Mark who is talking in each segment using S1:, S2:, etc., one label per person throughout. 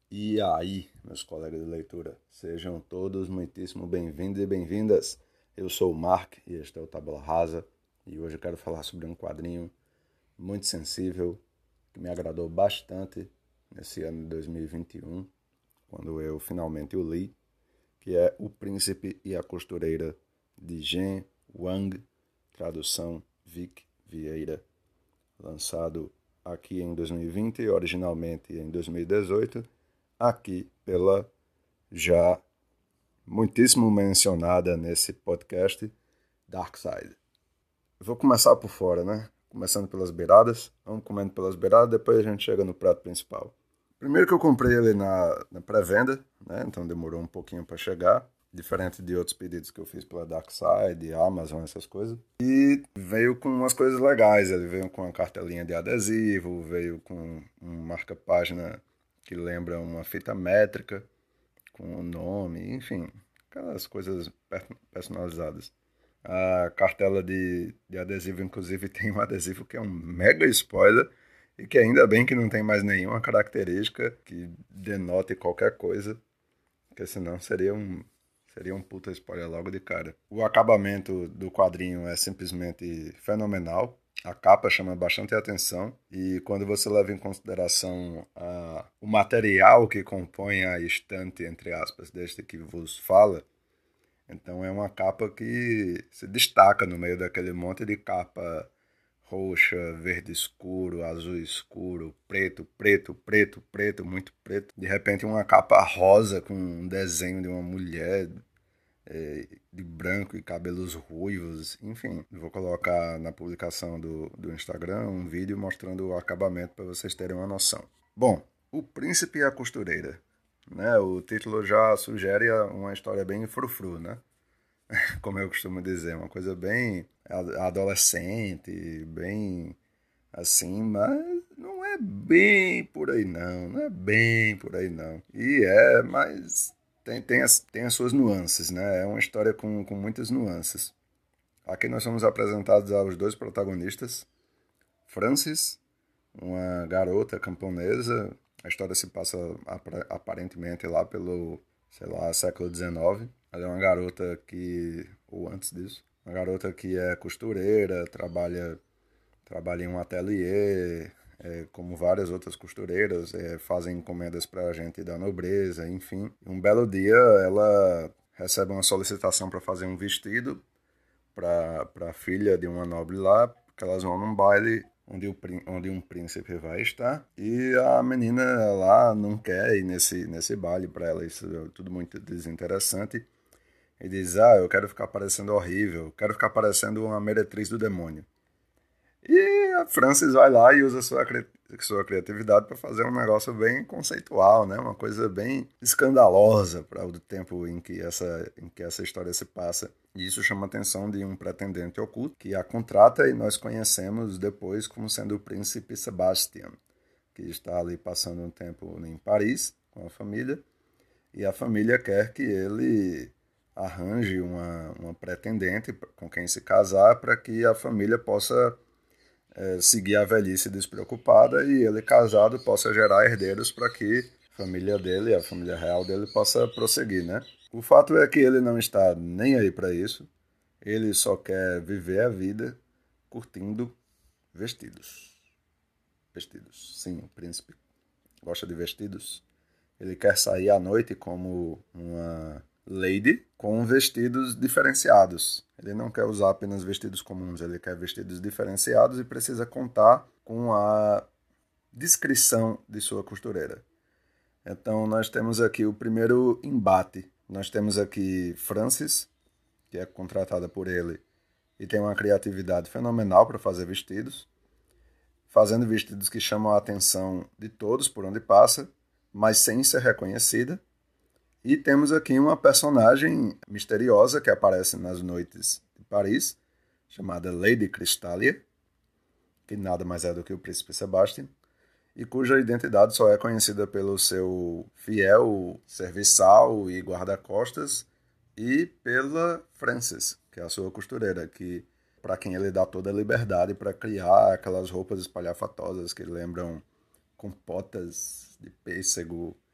S1: E aí, meus colegas de leitura, sejam todos muitíssimo bem-vindos e bem-vindas. Eu sou o Mark e este é o Tábula Rasa e hoje eu quero falar sobre um quadrinho muito sensível que me agradou bastante nesse ano de 2021, quando eu finalmente o li, que é O Príncipe e a Costureira, de Gen Wang, tradução Vic Vieira, lançado aqui em 2020 e originalmente em 2018, aqui pela já muitíssimo mencionada nesse podcast, Darkside. Vou começar por fora, né? Começando pelas beiradas. Vamos comendo pelas beiradas, depois a gente chega no prato principal. Primeiro que eu comprei ele na pré-venda, né? Então demorou um pouquinho para chegar. Diferente de outros pedidos que eu fiz pela Darkside, Amazon, essas coisas. E veio com umas coisas legais. Ele veio com uma cartelinha de adesivo, veio com um marca-página que lembra uma fita métrica, com o nome, enfim, aquelas coisas personalizadas. A cartela de adesivo, inclusive, tem um adesivo que é um mega spoiler e que ainda bem que não tem mais nenhuma característica que denote qualquer coisa, porque senão seria um puta spoiler logo de cara. O acabamento do quadrinho é simplesmente fenomenal. A capa chama bastante atenção e quando você leva em consideração o material que compõe a estante, entre aspas, deste que vos fala, então é uma capa que se destaca no meio daquele monte de capa roxa, verde escuro, azul escuro, preto, preto, preto, preto, muito preto. De repente uma capa rosa com um desenho de uma mulher de branco e cabelos ruivos, enfim. Vou colocar na publicação do Instagram um vídeo mostrando o acabamento para vocês terem uma noção. Bom, O Príncipe e a Costureira. Né? O título já sugere uma história bem frufru, né? Como eu costumo dizer, uma coisa bem adolescente, bem assim, mas não é bem por aí não é bem por aí não. Mas tem as suas nuances, né? É uma história com muitas nuances. Aqui nós somos apresentados aos dois protagonistas, Francis, uma garota camponesa. A história se passa aparentemente lá pelo, sei lá, século XIX. Ela é uma garota ou antes disso, uma garota que é costureira, trabalha em um ateliê, como várias outras costureiras, fazem encomendas para a gente da nobreza, enfim. Um belo dia ela recebe uma solicitação para fazer um vestido para a filha de uma nobre lá, porque elas vão num baile onde um príncipe vai estar, e a menina lá não quer ir nesse baile. Para ela isso é tudo muito desinteressante, e diz, eu quero ficar parecendo horrível, quero ficar parecendo uma meretriz do demônio. E a Francis vai lá e usa sua criatividade para fazer um negócio bem conceitual, né? Uma coisa bem escandalosa para o tempo em que essa história se passa. E isso chama a atenção de um pretendente oculto que a contrata e nós conhecemos depois como sendo o príncipe Sebastian, que está ali passando um tempo em Paris com a família, e a família quer que ele arranje uma pretendente com quem se casar para que a família possa seguir a velhice despreocupada e ele casado possa gerar herdeiros para que a família dele, a família real dele, possa prosseguir, né? O fato é que ele não está nem aí para isso, ele só quer viver a vida curtindo vestidos. Vestidos, sim, o príncipe gosta de vestidos. Ele quer sair à noite como uma lady com vestidos diferenciados. Ele não quer usar apenas vestidos comuns, ele quer vestidos diferenciados e precisa contar com a descrição de sua costureira. Então nós temos aqui o primeiro embate. Nós temos aqui Francis, que é contratada por ele e tem uma criatividade fenomenal para fazer vestidos, fazendo vestidos que chamam a atenção de todos por onde passa, mas sem ser reconhecida. E temos aqui uma personagem misteriosa que aparece nas noites de Paris, chamada Lady Cristália, que nada mais é do que o príncipe Sebastian, e cuja identidade só é conhecida pelo seu fiel serviçal e guarda-costas e pela Frances, que é a sua costureira, que para quem ele dá toda a liberdade para criar aquelas roupas espalhafatosas que lembram compotas de pêssego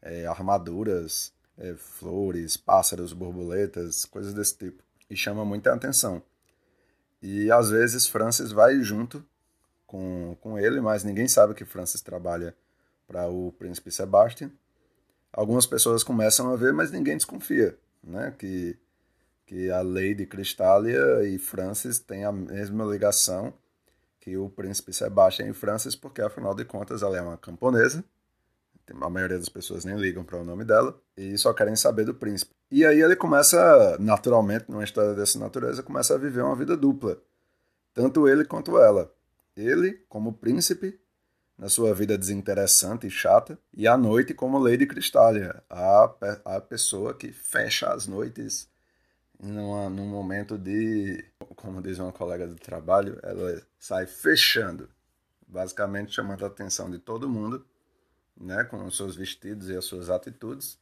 S1: armaduras, flores, pássaros, borboletas, coisas desse tipo. E chama muita atenção. E às vezes Francis vai junto com ele, mas ninguém sabe que Francis trabalha para o príncipe Sebastian. Algumas pessoas começam a ver, mas ninguém desconfia, né? Que a Lady Crystália e Francis têm a mesma ligação que o príncipe Sebastian e Francis, porque afinal de contas ela é uma camponesa, a maioria das pessoas nem ligam para o nome dela, e só querem saber do príncipe. E aí ele começa, naturalmente, numa história dessa natureza, começa a viver uma vida dupla, tanto ele quanto ela. Ele, como príncipe, na sua vida desinteressante e chata, e à noite como Lady Crystália, a pessoa que fecha as noites num momento de, como diz uma colega do trabalho, ela sai fechando, basicamente chamando a atenção de todo mundo, né, com os seus vestidos e as suas atitudes.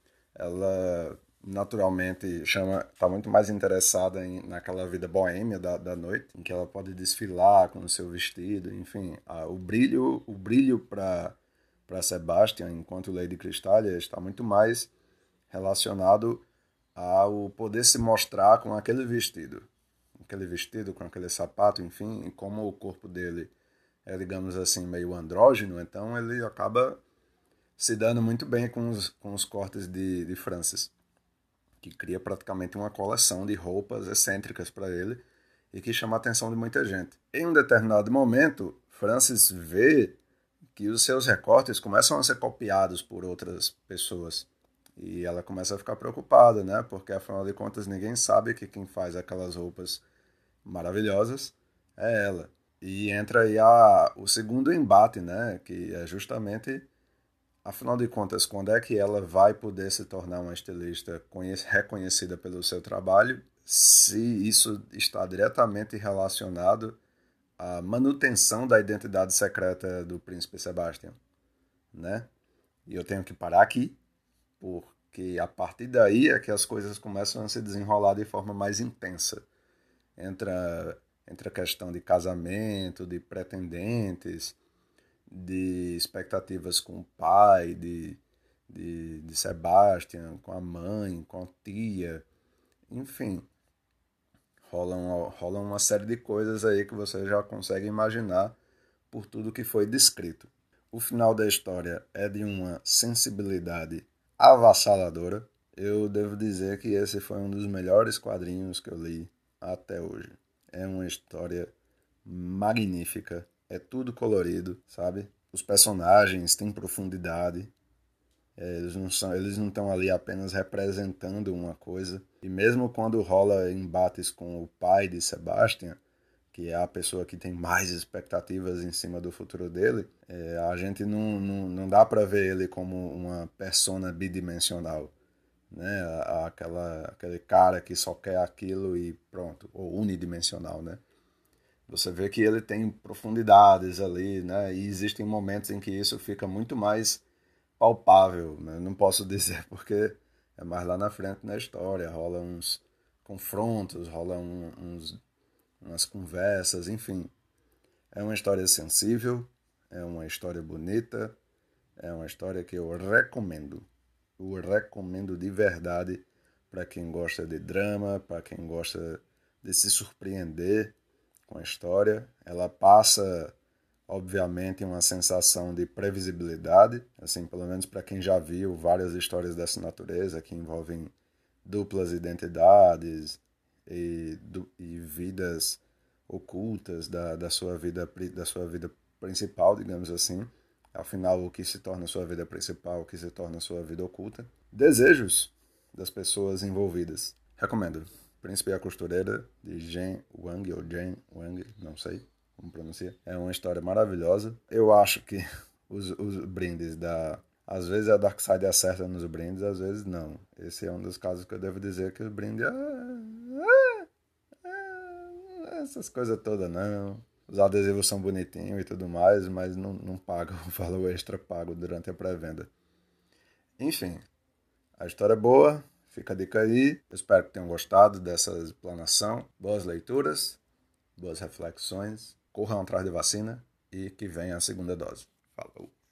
S1: Ela naturalmente está muito mais interessada naquela vida boêmia da noite, em que ela pode desfilar com o seu vestido, enfim, o brilho para Sebastian, enquanto Lady Crystália, está muito mais relacionado ao poder se mostrar com aquele vestido, com aquele sapato, enfim, e como o corpo dele é, digamos assim, meio andrógeno, então ele acaba se dando muito bem com os cortes de Francis, que cria praticamente uma coleção de roupas excêntricas para ele e que chama a atenção de muita gente. Em um determinado momento, Francis vê que os seus recortes começam a ser copiados por outras pessoas. E ela começa a ficar preocupada, né? Porque afinal de contas ninguém sabe que quem faz aquelas roupas maravilhosas é ela. E entra aí o segundo embate, né? Que é justamente, afinal de contas, quando é que ela vai poder se tornar uma estilista reconhecida pelo seu trabalho, se isso está diretamente relacionado à manutenção da identidade secreta do príncipe Sebastian, né? E eu tenho que parar aqui, porque a partir daí é que as coisas começam a se desenrolar de forma mais intensa. Entra a questão de casamento, de pretendentes, de expectativas com o pai, de Sebastian, com a mãe, com a tia, enfim, rola uma série de coisas aí que você já consegue imaginar por tudo que foi descrito. O final da história é de uma sensibilidade avassaladora. Eu devo dizer que esse foi um dos melhores quadrinhos que eu li até hoje. É uma história magnífica, é tudo colorido, sabe? Os personagens têm profundidade, eles não estão ali apenas representando uma coisa. E mesmo quando rola embates com o pai de Sebastian, que é a pessoa que tem mais expectativas em cima do futuro dele, a gente não dá para ver ele como uma persona bidimensional, né? Aquele cara que só quer aquilo e pronto, ou unidimensional, né? Você vê que ele tem profundidades ali, né? E existem momentos em que isso fica muito mais palpável, né? Não posso dizer porque é mais lá na frente na história, rola uns confrontos, rola umas conversas, enfim. É uma história sensível, é uma história bonita, é uma história que eu recomendo. Eu recomendo de verdade para quem gosta de drama, para quem gosta de se surpreender com a história. Ela passa, obviamente, uma sensação de previsibilidade, assim, pelo menos para quem já viu várias histórias dessa natureza que envolvem duplas identidades e vidas ocultas da sua vida principal, digamos assim. Afinal, o que se torna sua vida principal, o que se torna sua vida oculta. Desejos das pessoas envolvidas. Recomendo. Príncipe e a Costureira, de Jen Wang, ou Jen Wang, não sei como pronuncia. É uma história maravilhosa. Eu acho que os brindes às vezes a Darkseid acerta nos brindes, às vezes não. Esse é um dos casos que eu devo dizer que o brinde essas coisas todas não. Os adesivos são bonitinhos e tudo mais, mas não pagam o valor extra pago durante a pré-venda. Enfim, a história é boa, fica a dica aí. Eu espero que tenham gostado dessa explanação. Boas leituras, boas reflexões, corram atrás de vacina e que venha a segunda dose. Falou!